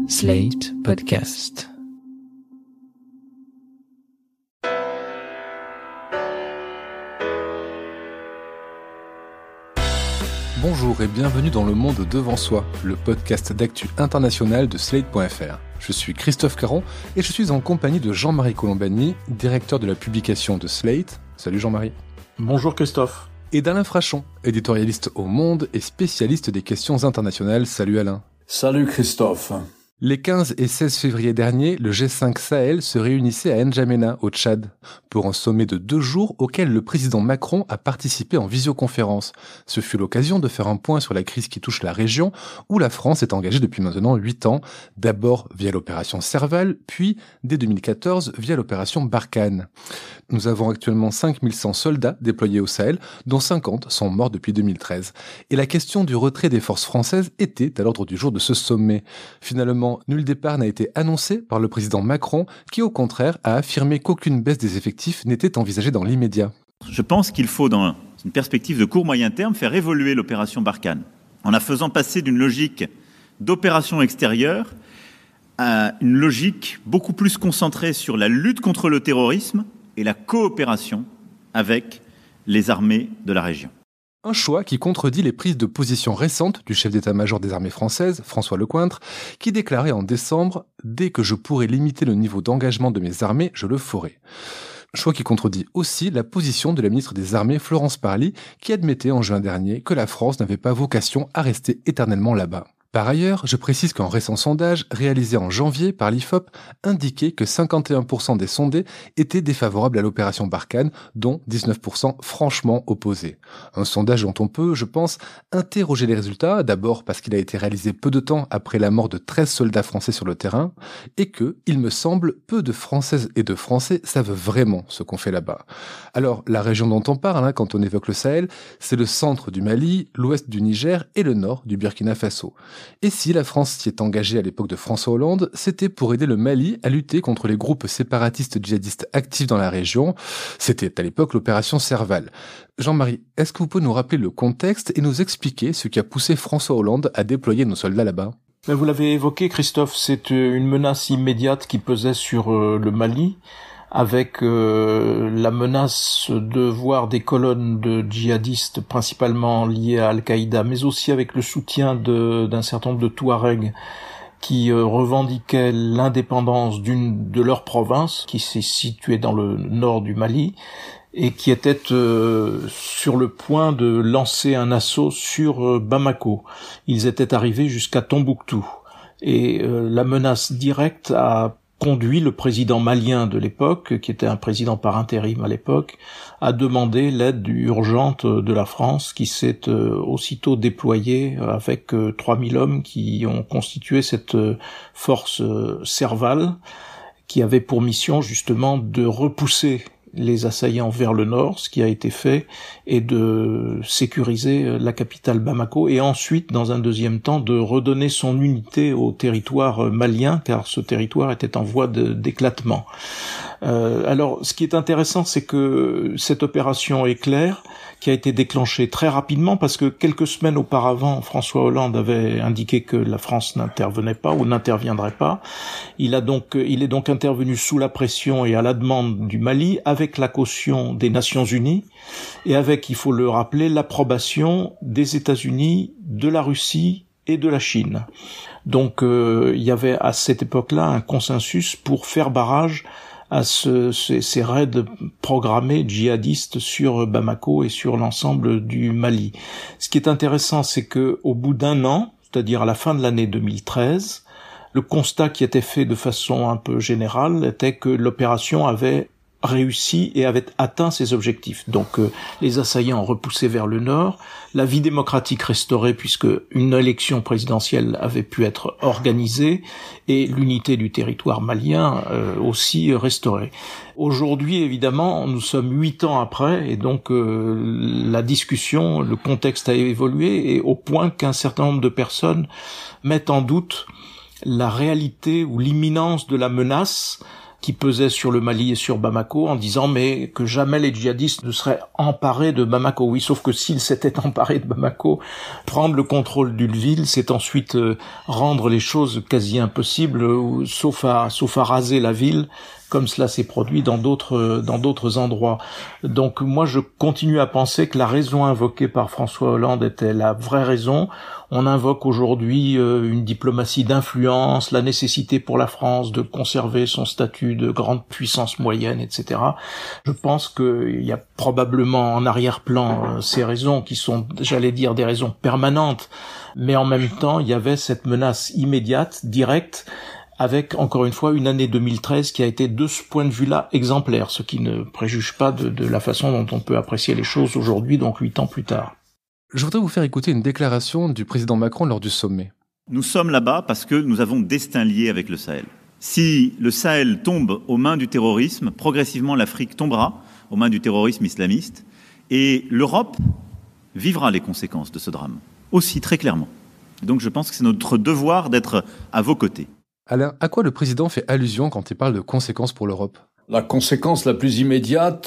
Slate Podcast. Bonjour et bienvenue dans Le Monde Devant Soi, le podcast d'actu international de Slate.fr. Je suis Christophe Caron et je suis en compagnie de Jean-Marie Colombani, directeur de la publication de Slate. Salut Jean-Marie. Bonjour Christophe. Et d'Alain Frachon, éditorialiste au Monde et spécialiste des questions internationales. Salut Alain. Salut Christophe. Les 15 et 16 février dernier, le G5 Sahel se réunissait à N'Djamena, au Tchad, pour un sommet de 2 jours auquel le président Macron a participé en visioconférence. Ce fut l'occasion de faire un point sur la crise qui touche la région, où la France est engagée depuis maintenant 8 ans, d'abord via l'opération Serval, puis dès 2014 via l'opération Barkhane. Nous avons actuellement 5100 soldats déployés au Sahel, dont 50 sont morts depuis 2013. Et la question du retrait des forces françaises était à l'ordre du jour de ce sommet. Finalement, nul départ n'a été annoncé par le président Macron, qui au contraire a affirmé qu'aucune baisse des effectifs n'était envisagée dans l'immédiat. Je pense qu'il faut, dans une perspective de court-moyen terme, faire évoluer l'opération Barkhane, en la faisant passer d'une logique d'opération extérieure à une logique beaucoup plus concentrée sur la lutte contre le terrorisme et la coopération avec les armées de la région. Un choix qui contredit les prises de position récentes du chef d'état-major des armées françaises, François Lecointre, qui déclarait en décembre « Dès que je pourrai limiter le niveau d'engagement de mes armées, je le ferai ». Choix qui contredit aussi la position de la ministre des Armées, Florence Parly, qui admettait en juin dernier que la France n'avait pas vocation à rester éternellement là-bas. Par ailleurs, je précise qu'un récent sondage, réalisé en janvier par l'IFOP, indiquait que 51% des sondés étaient défavorables à l'opération Barkhane, dont 19% franchement opposés. Un sondage dont on peut, je pense, interroger les résultats, d'abord parce qu'il a été réalisé peu de temps après la mort de 13 soldats français sur le terrain, et que, il me semble, peu de Françaises et de Français savent vraiment ce qu'on fait là-bas. Alors, la région dont on parle, quand on évoque le Sahel, c'est le centre du Mali, l'ouest du Niger et le nord du Burkina Faso. Et si la France s'y est engagée à l'époque de François Hollande, c'était pour aider le Mali à lutter contre les groupes séparatistes djihadistes actifs dans la région. C'était à l'époque l'opération Serval. Jean-Marie, est-ce que vous pouvez nous rappeler le contexte et nous expliquer ce qui a poussé François Hollande à déployer nos soldats là-bas ? Vous l'avez évoqué Christophe, c'est une menace immédiate qui pesait sur le Mali, avec la menace de voir des colonnes de djihadistes principalement liées à Al-Qaïda, mais aussi avec le soutien d'un certain nombre de Touaregs qui revendiquaient l'indépendance d'une de leurs provinces, qui s'est située dans le nord du Mali, et qui était sur le point de lancer un assaut sur Bamako. Ils étaient arrivés jusqu'à Tombouctou. Et la menace directe a conduit le président malien de l'époque, qui était un président par intérim à l'époque, à demander l'aide urgente de la France, qui s'est aussitôt déployée avec 3000 hommes qui ont constitué cette force Serval, qui avait pour mission justement de repousser les assaillants vers le nord, ce qui a été fait, et de sécuriser la capitale Bamako, et ensuite, dans un deuxième temps, de redonner son unité au territoire malien, car ce territoire était en voie d'éclatement. Alors, ce qui est intéressant, c'est que cette opération Éclair, qui a été déclenchée très rapidement, parce que quelques semaines auparavant, François Hollande avait indiqué que la France n'intervenait pas ou n'interviendrait pas. Il est donc intervenu sous la pression et à la demande du Mali, avec la caution des Nations Unies, et avec, il faut le rappeler, l'approbation des États-Unis, de la Russie et de la Chine. Donc, il y avait à cette époque-là un consensus pour faire barrage à ces raids programmés djihadistes sur Bamako et sur l'ensemble du Mali. Ce qui est intéressant, c'est que au bout d'un an, c'est-à-dire à la fin de l'année 2013, le constat qui était fait de façon un peu générale était que l'opération avait réussi et avait atteint ses objectifs. Donc les assaillants repoussés vers le nord, la vie démocratique restaurée puisque une élection présidentielle avait pu être organisée et l'unité du territoire malien aussi restaurée. Aujourd'hui, évidemment, nous sommes 8 ans après et donc la discussion, le contexte a évolué et au point qu'un certain nombre de personnes mettent en doute la réalité ou l'imminence de la menace qui pesait sur le Mali et sur Bamako en disant mais que jamais les djihadistes ne seraient emparés de Bamako. Oui, sauf que s'ils s'étaient emparés de Bamako, prendre le contrôle d'une ville, c'est ensuite rendre les choses quasi impossibles, sauf à raser la ville, comme cela s'est produit dans d'autres endroits. Donc moi je continue à penser que la raison invoquée par François Hollande était la vraie raison. On invoque aujourd'hui une diplomatie d'influence, la nécessité pour la France de conserver son statut de grande puissance moyenne, etc. Je pense qu'il y a probablement en arrière-plan ces raisons qui sont, j'allais dire, des raisons permanentes, mais en même temps, il y avait cette menace immédiate, directe, avec, encore une fois, une année 2013 qui a été, de ce point de vue-là, exemplaire, ce qui ne préjuge pas de la façon dont on peut apprécier les choses aujourd'hui, donc 8 ans plus tard. Je voudrais vous faire écouter une déclaration du président Macron lors du sommet. Nous sommes là-bas parce que nous avons destin lié avec le Sahel. Si le Sahel tombe aux mains du terrorisme, progressivement l'Afrique tombera aux mains du terrorisme islamiste et l'Europe vivra les conséquences de ce drame, aussi très clairement. Et donc je pense que c'est notre devoir d'être à vos côtés. Alain, à quoi le président fait allusion quand il parle de conséquences pour l'Europe ? La conséquence la plus immédiate,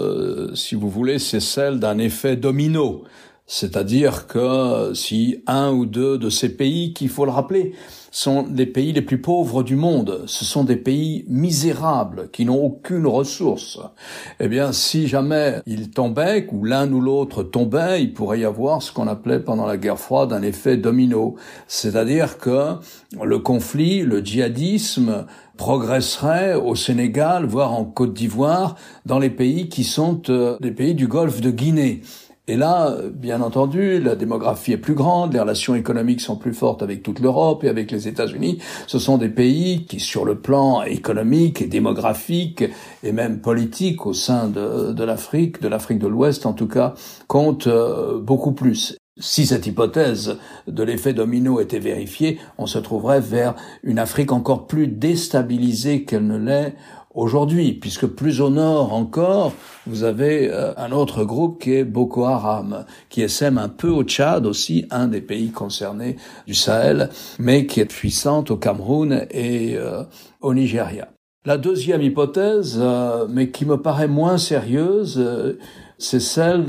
si vous voulez, c'est celle d'un effet domino. C'est-à-dire que si un ou deux de ces pays, qu'il faut le rappeler, sont les pays les plus pauvres du monde, ce sont des pays misérables qui n'ont aucune ressource. Eh bien, si jamais ils tombaient, ou l'un ou l'autre tombait, il pourrait y avoir ce qu'on appelait pendant la guerre froide un effet domino. C'est-à-dire que le conflit, le djihadisme, progresserait au Sénégal, voire en Côte d'Ivoire, dans les pays qui sont des pays du Golfe de Guinée. Et là, bien entendu, la démographie est plus grande, les relations économiques sont plus fortes avec toute l'Europe et avec les États-Unis. Ce sont des pays qui, sur le plan économique et démographique et même politique au sein de l'Afrique de l'Ouest en tout cas, comptent beaucoup plus. Si cette hypothèse de l'effet domino était vérifiée, on se trouverait vers une Afrique encore plus déstabilisée qu'elle ne l'est aujourd'hui, puisque plus au nord encore, vous avez un autre groupe qui est Boko Haram, qui essaime un peu au Tchad aussi, un des pays concernés du Sahel, mais qui est puissante au Cameroun et au Nigeria. La deuxième hypothèse, mais qui me paraît moins sérieuse, c'est celle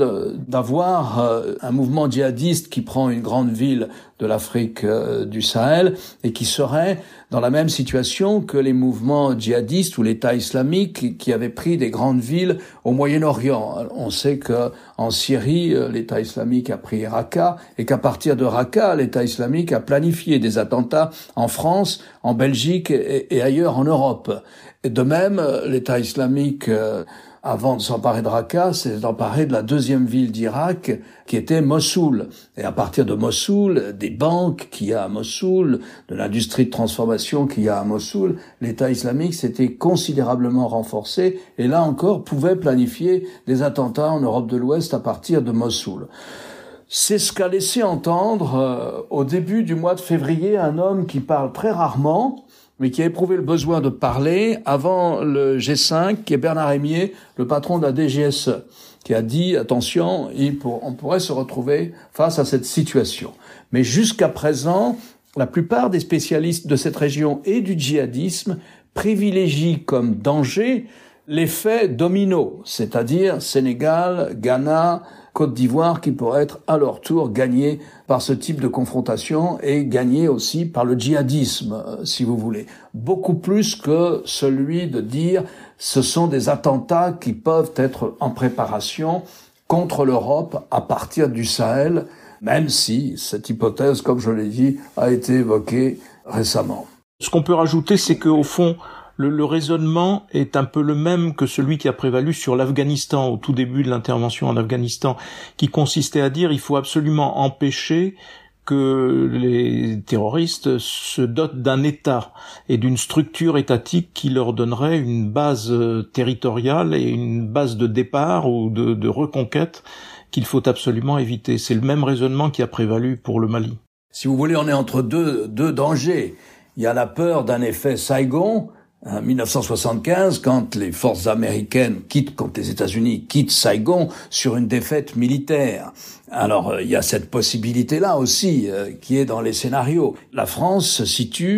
d'avoir un mouvement djihadiste qui prend une grande ville de l'Afrique du Sahel et qui serait dans la même situation que les mouvements djihadistes ou l'État islamique qui avaient pris des grandes villes au Moyen-Orient. On sait que en Syrie, l'État islamique a pris Raqqa et qu'à partir de Raqqa, l'État islamique a planifié des attentats en France, en Belgique et ailleurs en Europe. Et de même, l'État islamique avant de s'emparer de Raqqa, s'est emparé de la deuxième ville d'Irak, qui était Mossoul. Et à partir de Mossoul, des banques qu'il y a à Mossoul, de l'industrie de transformation qu'il y a à Mossoul, l'État islamique s'était considérablement renforcé, et là encore pouvait planifier des attentats en Europe de l'Ouest à partir de Mossoul. C'est ce qu'a laissé entendre au début du mois de février un homme qui parle très rarement, mais qui a éprouvé le besoin de parler avant le G5, qui est Bernard Hémier, le patron de la DGSE, qui a dit, attention, on pourrait se retrouver face à cette situation. Mais jusqu'à présent, la plupart des spécialistes de cette région et du djihadisme privilégient comme danger l'effet domino, c'est-à-dire Sénégal, Ghana, Côte d'Ivoire qui pourraient être à leur tour gagnés par ce type de confrontation et gagnés aussi par le djihadisme, si vous voulez. Beaucoup plus que celui de dire ce sont des attentats qui peuvent être en préparation contre l'Europe à partir du Sahel, même si cette hypothèse, comme je l'ai dit, a été évoquée récemment. Ce qu'on peut rajouter, c'est qu'au fond, le raisonnement est un peu le même que celui qui a prévalu sur l'Afghanistan au tout début de l'intervention en Afghanistan, qui consistait à dire il faut absolument empêcher que les terroristes se dotent d'un État et d'une structure étatique qui leur donnerait une base territoriale et une base de départ ou de reconquête qu'il faut absolument éviter. C'est le même raisonnement qui a prévalu pour le Mali. Si vous voulez, on est entre deux dangers. Il y a la peur d'un effet Saigon, en 1975, quand les forces américaines quand les États-Unis quittent Saigon sur une défaite militaire. Alors, il y a cette possibilité-là aussi, qui est dans les scénarios. La France se situe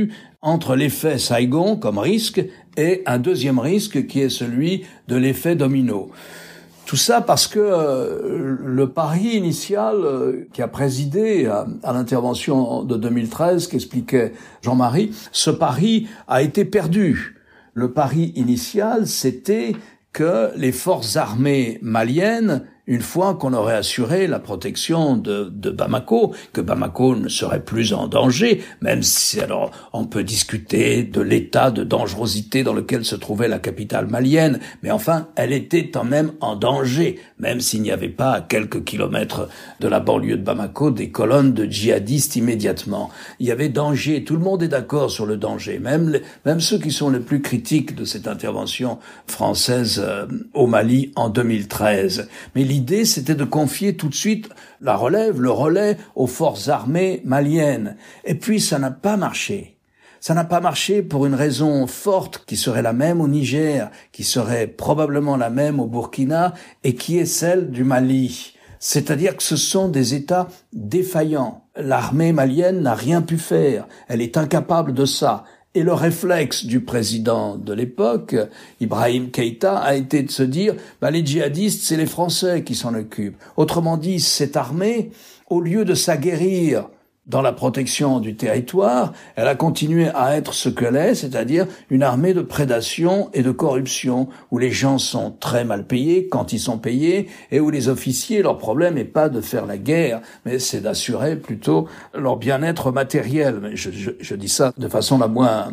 entre l'effet Saigon comme risque et un deuxième risque qui est celui de l'effet domino. Tout ça parce que le pari initial qui a présidé à l'intervention de 2013 qu'expliquait Jean-Marie, ce pari a été perdu. Le pari initial, c'était que les forces armées maliennes, une fois qu'on aurait assuré la protection de Bamako, que Bamako ne serait plus en danger, même si alors on peut discuter de l'état de dangerosité dans lequel se trouvait la capitale malienne, mais enfin elle était quand même en danger, même s'il n'y avait pas à quelques kilomètres de la banlieue de Bamako des colonnes de djihadistes immédiatement. Il y avait danger, tout le monde est d'accord sur le danger, même ceux qui sont les plus critiques de cette intervention française au Mali en 2013. Mais l'idée, c'était de confier tout de suite le relais aux forces armées maliennes. Et puis, ça n'a pas marché. Ça n'a pas marché pour une raison forte qui serait la même au Niger, qui serait probablement la même au Burkina et qui est celle du Mali. C'est-à-dire que ce sont des États défaillants. L'armée malienne n'a rien pu faire. Elle est incapable de ça. Et le réflexe du président de l'époque, Ibrahim Keïta, a été de se dire les djihadistes, c'est les Français qui s'en occupent. Autrement dit, cette armée, au lieu de s'aguerrir dans la protection du territoire, elle a continué à être ce qu'elle est, c'est-à-dire une armée de prédation et de corruption, où les gens sont très mal payés quand ils sont payés, et où les officiers, leur problème n'est pas de faire la guerre, mais c'est d'assurer plutôt leur bien-être matériel. Mais je dis ça de façon la moins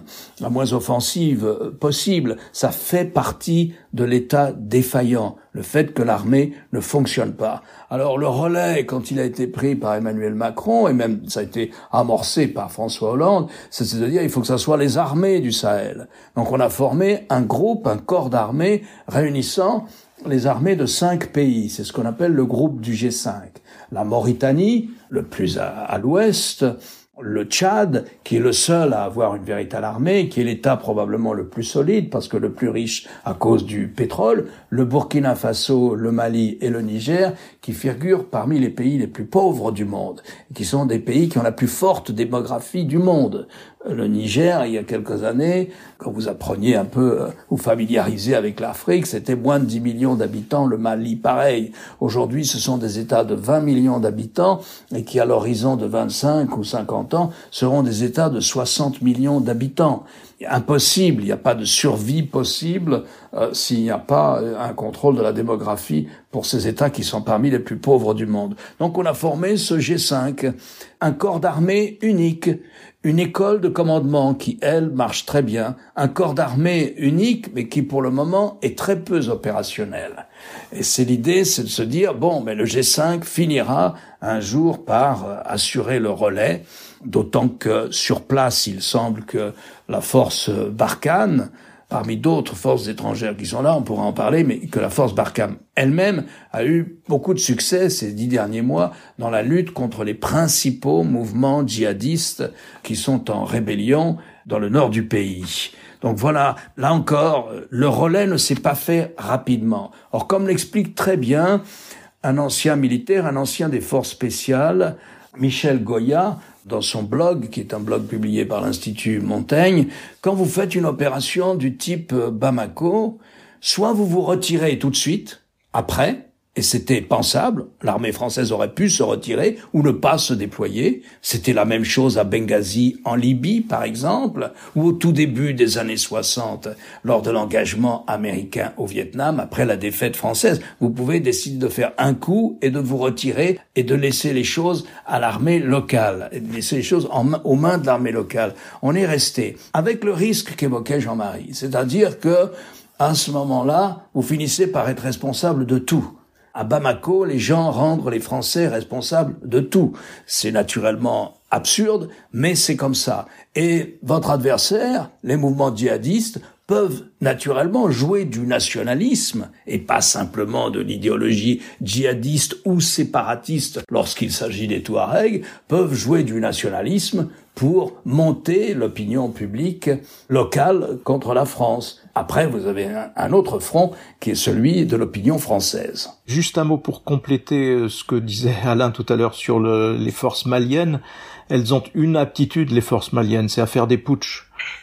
offensive possible. Ça fait partie de l'État défaillant, le fait que l'armée ne fonctionne pas. Alors le relais, quand il a été pris par Emmanuel Macron, et même ça a été amorcé par François Hollande, c'est-à-dire il faut que ça soit les armées du Sahel. Donc on a formé un corps d'armées réunissant les armées de 5 pays. C'est ce qu'on appelle le groupe du G5. La Mauritanie, le plus à l'ouest, le Tchad, qui est le seul à avoir une véritable armée, qui est l'État probablement le plus solide, parce que le plus riche à cause du pétrole, le Burkina Faso, le Mali et le Niger, qui figurent parmi les pays les plus pauvres du monde, qui sont des pays qui ont la plus forte démographie du monde. Le Niger, il y a quelques années, quand vous appreniez un peu, vous familiarisez avec l'Afrique, c'était moins de 10 millions d'habitants, le Mali pareil. Aujourd'hui, ce sont des États de 20 millions d'habitants et qui, à l'horizon de 25 ou 50 ans, seront des États de 60 millions d'habitants. Impossible, il n'y a pas de survie possible s'il n'y a pas un contrôle de la démographie pour ces États qui sont parmi les plus pauvres du monde. Donc on a formé ce G5, un corps d'armée unique, une école de commandement qui, elle, marche très bien, un corps d'armée unique, mais qui, pour le moment, est très peu opérationnel. Et l'idée, c'est de se dire, mais le G5 finira un jour par assurer le relais, d'autant que, sur place, il semble que la force Barkhane, parmi d'autres forces étrangères qui sont là, on pourra en parler, mais que la force Barkhane elle-même a eu beaucoup de succès ces 10 derniers mois dans la lutte contre les principaux mouvements djihadistes qui sont en rébellion dans le nord du pays. Donc voilà, là encore, le relais ne s'est pas fait rapidement. Or, comme l'explique très bien un ancien militaire, un ancien des forces spéciales, Michel Goya, dans son blog, qui est un blog publié par l'Institut Montaigne, quand vous faites une opération du type Bamako, soit vous vous retirez tout de suite, après, et c'était pensable, l'armée française aurait pu se retirer ou ne pas se déployer. C'était la même chose à Benghazi, en Libye, par exemple, ou au tout début des années 60, lors de l'engagement américain au Vietnam, après la défaite française. Vous pouvez décider de faire un coup et de vous retirer et de laisser les choses à l'armée locale, et de laisser les choses aux mains de l'armée locale. On est resté avec le risque qu'évoquait Jean-Marie, c'est-à-dire que, à ce moment-là, vous finissez par être responsable de tout. À Bamako, les gens rendent les Français responsables de tout. C'est naturellement absurde, mais c'est comme ça. Et votre adversaire, les mouvements djihadistes, peuvent naturellement jouer du nationalisme et pas simplement de l'idéologie djihadiste ou séparatiste lorsqu'il s'agit des Touaregs, peuvent jouer du nationalisme pour monter l'opinion publique locale contre la France. Après, vous avez un autre front qui est celui de l'opinion française. Juste un mot pour compléter ce que disait Alain tout à l'heure sur les forces maliennes. Elles ont une aptitude, les forces maliennes, c'est à faire des putschs.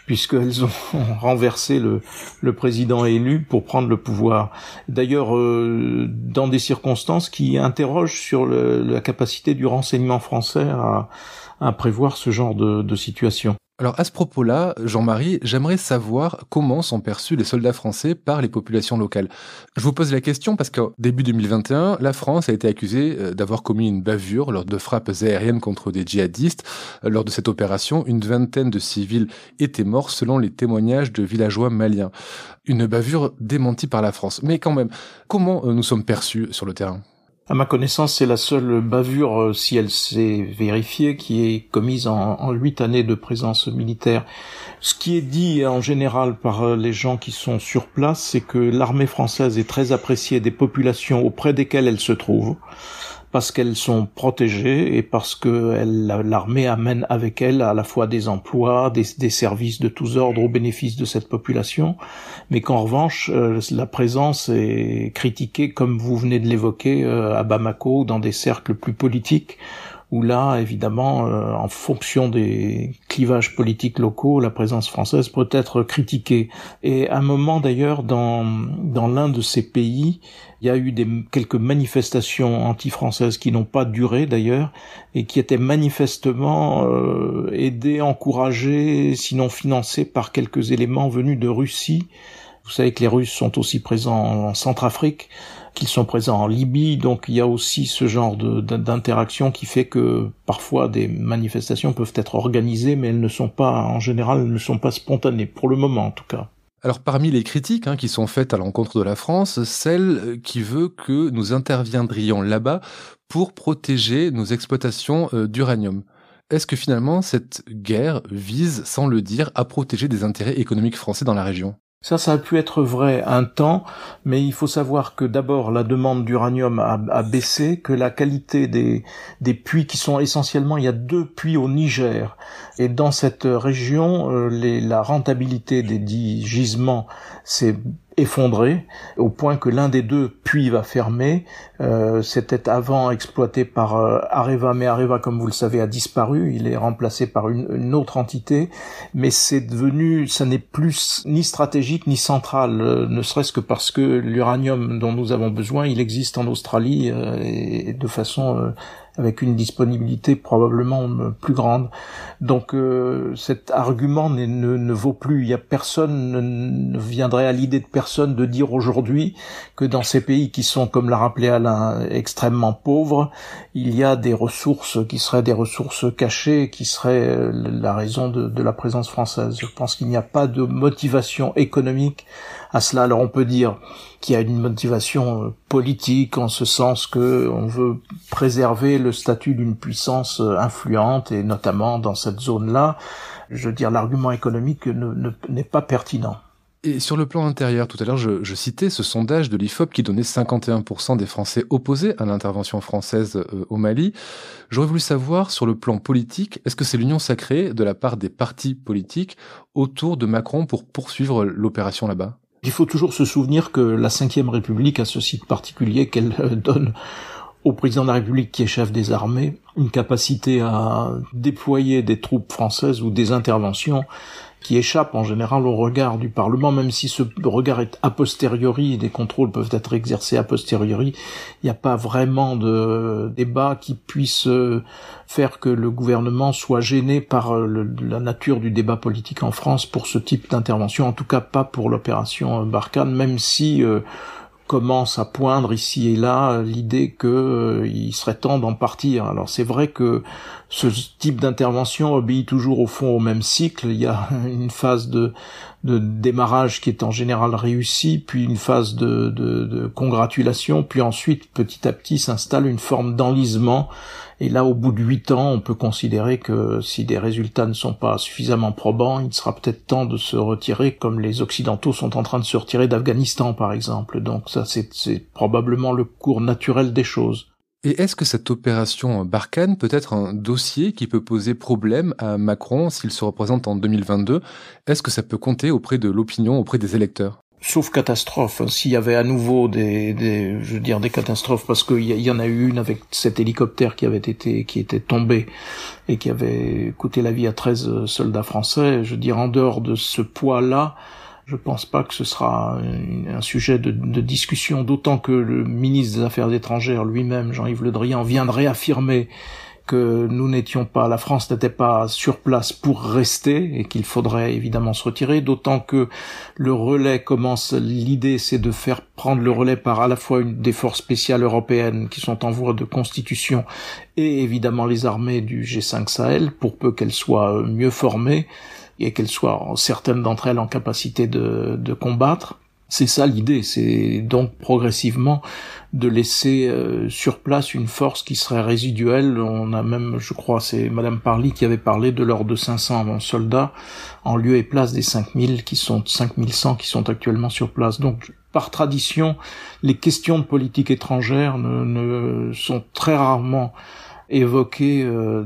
puisqu'elles ont renversé le président élu pour prendre le pouvoir. D'ailleurs, dans des circonstances qui interrogent sur la capacité du renseignement français à prévoir ce genre de situation. Alors à ce propos-là, Jean-Marie, j'aimerais savoir comment sont perçus les soldats français par les populations locales. Je vous pose la question parce qu'au début 2021, la France a été accusée d'avoir commis une bavure lors de frappes aériennes contre des djihadistes. Lors de cette opération, une vingtaine de civils étaient morts selon les témoignages de villageois maliens. Une bavure démentie par la France. Mais quand même, comment nous sommes perçus sur le terrain ? À ma connaissance, c'est la seule bavure, si elle s'est vérifiée, qui est commise en 8 années de présence militaire. Ce qui est dit en général par les gens qui sont sur place, c'est que l'armée française est très appréciée des populations auprès desquelles elle se trouve, parce qu'elles sont protégées et parce que l'armée amène avec elle à la fois des emplois, des services de tous ordres au bénéfice de cette population, mais qu'en revanche, la présence est critiquée, comme vous venez de l'évoquer, à Bamako, dans des cercles plus politiques, où là, évidemment, en fonction des clivages politiques locaux, la présence française peut être critiquée. Et à un moment, d'ailleurs, dans l'un de ces pays, il y a eu quelques manifestations anti-françaises qui n'ont pas duré, d'ailleurs, et qui étaient manifestement aidées, encouragées, sinon financées par quelques éléments venus de Russie. Vous savez que les Russes sont aussi présents en Centrafrique, qu'ils sont présents en Libye, donc il y a aussi ce genre d'interaction qui fait que parfois des manifestations peuvent être organisées, mais elles ne sont pas, en général, elles ne sont pas spontanées, pour le moment en tout cas. Alors parmi les critiques qui sont faites à l'encontre de la France, celle qui veut que nous interviendrions là-bas pour protéger nos exploitations d'uranium. Est-ce que finalement cette guerre vise, sans le dire, à protéger des intérêts économiques français dans la région ? Ça a pu être vrai un temps, mais il faut savoir que d'abord la demande d'uranium a baissé, que la qualité des puits qui sont essentiellement, il y a 2 puits au Niger, et dans cette région, la rentabilité des dits gisements s'est effondré au point que l'un des 2 puits va fermer. C'était avant exploité par Areva, mais Areva, comme vous le savez, a disparu. Il est remplacé par une autre entité, mais c'est devenu, ça n'est plus ni stratégique ni central, ne serait-ce que parce que l'uranium dont nous avons besoin, il existe en Australie et de façon avec une disponibilité probablement plus grande. Donc cet argument ne vaut plus. Il y a personne, ne viendrait à l'idée de personne de dire aujourd'hui que dans ces pays qui sont, comme l'a rappelé Alain, extrêmement pauvres, il y a des ressources qui seraient des ressources cachées, qui seraient la raison de la présence française. Je pense qu'il n'y a pas de motivation économique à cela. Alors on peut dire qu'il y a une motivation politique en ce sens que on veut préserver le statut d'une puissance influente et notamment dans cette zone-là. Je veux dire, l'argument économique n'est pas pertinent. Et sur le plan intérieur, tout à l'heure, je citais ce sondage de l'IFOP qui donnait 51% des Français opposés à l'intervention française au Mali. J'aurais voulu savoir, sur le plan politique, est-ce que c'est l'union sacrée de la part des partis politiques autour de Macron pour poursuivre l'opération là-bas ? Il faut toujours se souvenir que la Ve République a ce site particulier qu'elle donne au président de la République, qui est chef des armées, une capacité à déployer des troupes françaises ou des interventions qui échappent en général au regard du Parlement, même si ce regard est a posteriori et des contrôles peuvent être exercés a posteriori. Il n'y a pas vraiment de débat qui puisse faire que le gouvernement soit gêné par la nature du débat politique en France pour ce type d'intervention, en tout cas pas pour l'opération Barkhane, même si commence à poindre ici et là l'idée que il serait temps d'en partir. Alors c'est vrai que ce type d'intervention obéit toujours au fond au même cycle. Il y a une phase de démarrage qui est en général réussie, puis une phase de congratulation, puis ensuite petit à petit s'installe une forme d'enlisement. Et là, au bout de 8 ans, on peut considérer que si des résultats ne sont pas suffisamment probants, il sera peut-être temps de se retirer, comme les Occidentaux sont en train de se retirer d'Afghanistan, par exemple. Donc ça, c'est probablement le cours naturel des choses. Et est-ce que cette opération Barkhane peut être un dossier qui peut poser problème à Macron s'il se représente en 2022 ? Est-ce que ça peut compter auprès de l'opinion, auprès des électeurs ? Sauf catastrophe, s'il y avait à nouveau des catastrophes, parce qu'il y en a eu une avec cet hélicoptère qui était tombé et qui avait coûté la vie à 13 soldats français. Je veux dire, en dehors de ce poids-là, je pense pas que ce sera un sujet de discussion, d'autant que le ministre des Affaires étrangères lui-même, Jean-Yves Le Drian, vient de réaffirmer que la France n'était pas sur place pour rester et qu'il faudrait évidemment se retirer, d'autant que le relais l'idée c'est de faire prendre le relais par à la fois des forces spéciales européennes qui sont en voie de constitution et évidemment les armées du G5 Sahel, pour peu qu'elles soient mieux formées et qu'elles soient certaines d'entre elles en capacité de combattre. C'est ça l'idée, c'est donc progressivement de laisser sur place une force qui serait résiduelle. On a même, je crois, c'est Madame Parly qui avait parlé de l'ordre de 500 soldats en lieu et place des 5100 qui sont actuellement sur place. Donc, par tradition, les questions de politique étrangère ne sont très rarement évoquées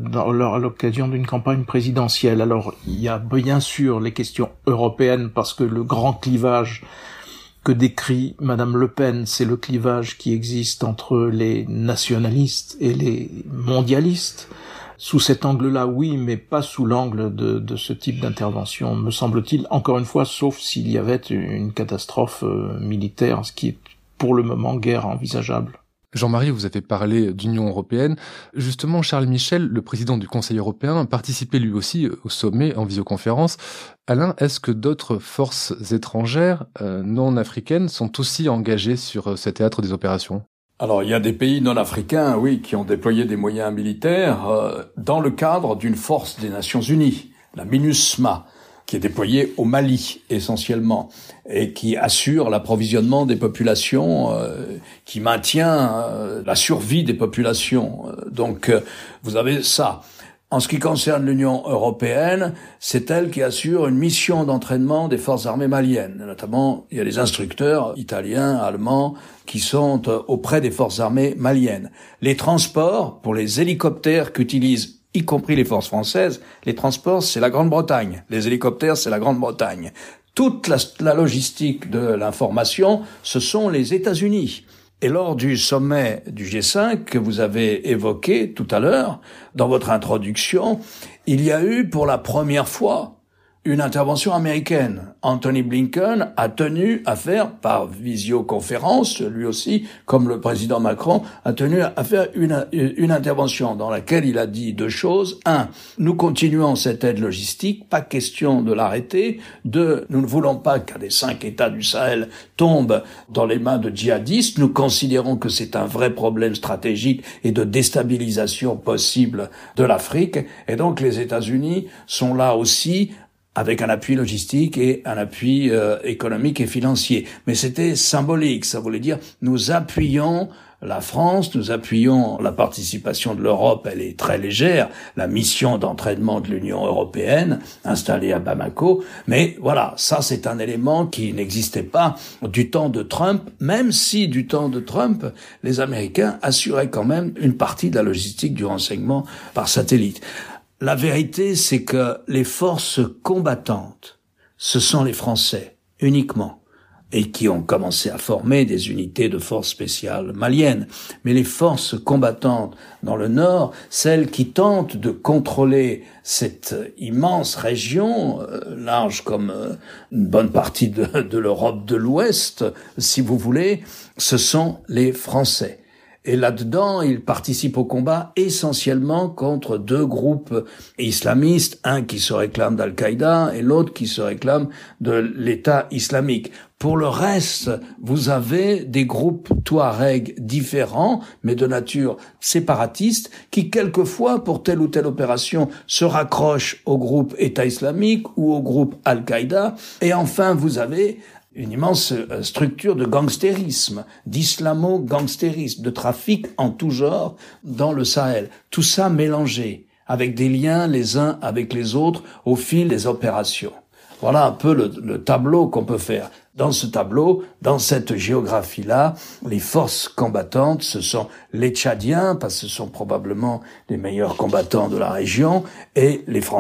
à l'occasion d'une campagne présidentielle. Alors, il y a bien sûr les questions européennes, parce que le grand clivage que décrit Madame Le Pen, c'est le clivage qui existe entre les nationalistes et les mondialistes. Sous cet angle-là, oui, mais pas sous l'angle de ce type d'intervention, me semble-t-il, encore une fois, sauf s'il y avait une catastrophe militaire, ce qui est pour le moment guère envisageable. Jean-Marie, vous avez parlé d'Union européenne. Justement, Charles Michel, le président du Conseil européen, participait lui aussi au sommet en visioconférence. Alain, est-ce que d'autres forces étrangères non africaines sont aussi engagées sur ce théâtre des opérations ? Alors, il y a des pays non africains, oui, qui ont déployé des moyens militaires dans le cadre d'une force des Nations Unies, la MINUSMA, qui est déployée au Mali essentiellement et qui assure l'approvisionnement des populations, qui maintient la survie des populations. Donc vous avez ça. En ce qui concerne l'Union européenne, c'est elle qui assure une mission d'entraînement des forces armées maliennes. Notamment, il y a des instructeurs italiens, allemands, qui sont auprès des forces armées maliennes. Les transports pour les hélicoptères qu'utilisent y compris les forces françaises, les transports, c'est la Grande-Bretagne. Les hélicoptères, c'est la Grande-Bretagne. Toute la logistique de l'information, ce sont les États-Unis. Et lors du sommet du G5 que vous avez évoqué tout à l'heure, dans votre introduction, il y a eu pour la première fois une intervention américaine. Anthony Blinken a tenu à faire, par visioconférence, lui aussi, comme le président Macron, a tenu à faire une intervention dans laquelle il a dit deux choses. 1, nous continuons cette aide logistique, pas question de l'arrêter. 2, nous ne voulons pas qu'un des 5 États du Sahel tombe dans les mains de djihadistes. Nous considérons que c'est un vrai problème stratégique et de déstabilisation possible de l'Afrique. Et donc les États-Unis sont là aussi, avec un appui logistique et un appui économique et financier. Mais c'était symbolique, ça voulait dire nous appuyons la France, nous appuyons la participation de l'Europe, elle est très légère, la mission d'entraînement de l'Union européenne installée à Bamako, mais voilà, ça c'est un élément qui n'existait pas du temps de Trump, même si du temps de Trump, les Américains assuraient quand même une partie de la logistique du renseignement par satellite. La vérité, c'est que les forces combattantes, ce sont les Français, uniquement, et qui ont commencé à former des unités de forces spéciales maliennes. Mais les forces combattantes dans le Nord, celles qui tentent de contrôler cette immense région, large comme une bonne partie de l'Europe de l'Ouest, si vous voulez, ce sont les Français. Et là-dedans, ils participent au combat essentiellement contre deux groupes islamistes, un qui se réclame d'Al-Qaïda et l'autre qui se réclame de l'État islamique. Pour le reste, vous avez des groupes Touaregs différents, mais de nature séparatiste, qui quelquefois, pour telle ou telle opération, se raccrochent au groupe État islamique ou au groupe Al-Qaïda. Et enfin, vous avez une immense structure de gangstérisme, d'islamo-gangstérisme, de trafic en tout genre dans le Sahel. Tout ça mélangé, avec des liens les uns avec les autres au fil des opérations. Voilà un peu le tableau qu'on peut faire. Dans ce tableau, dans cette géographie-là, les forces combattantes, ce sont les Tchadiens, parce que ce sont probablement les meilleurs combattants de la région, et les Français.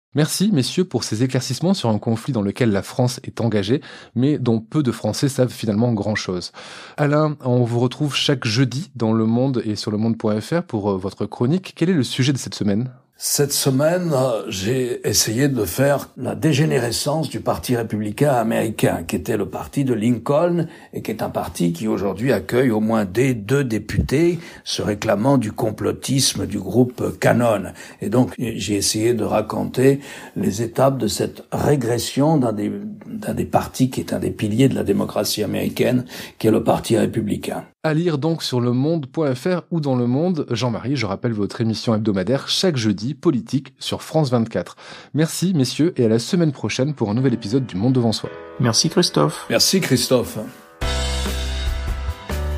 Merci, messieurs, pour ces éclaircissements sur un conflit dans lequel la France est engagée, mais dont peu de Français savent finalement grand-chose. Alain, on vous retrouve chaque jeudi dans Le Monde et sur lemonde.fr pour votre chronique. Quel est le sujet de cette semaine ? Cette semaine, j'ai essayé de faire la dégénérescence du Parti républicain américain, qui était le parti de Lincoln et qui est un parti qui aujourd'hui accueille au moins 2 députés se réclamant du complotisme du groupe Qanon. Et donc, j'ai essayé de raconter les étapes de cette régression d'un des partis qui est un des piliers de la démocratie américaine, qui est le Parti républicain. À lire donc sur lemonde.fr ou dans Le Monde. Jean-Marie, je rappelle votre émission hebdomadaire chaque jeudi, politique, sur France 24. Merci, messieurs, et à la semaine prochaine pour un nouvel épisode du Monde devant soi. Merci Christophe. Merci Christophe.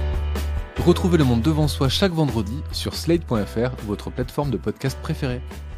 Retrouvez Le Monde devant soi chaque vendredi sur slate.fr, votre plateforme de podcast préférée.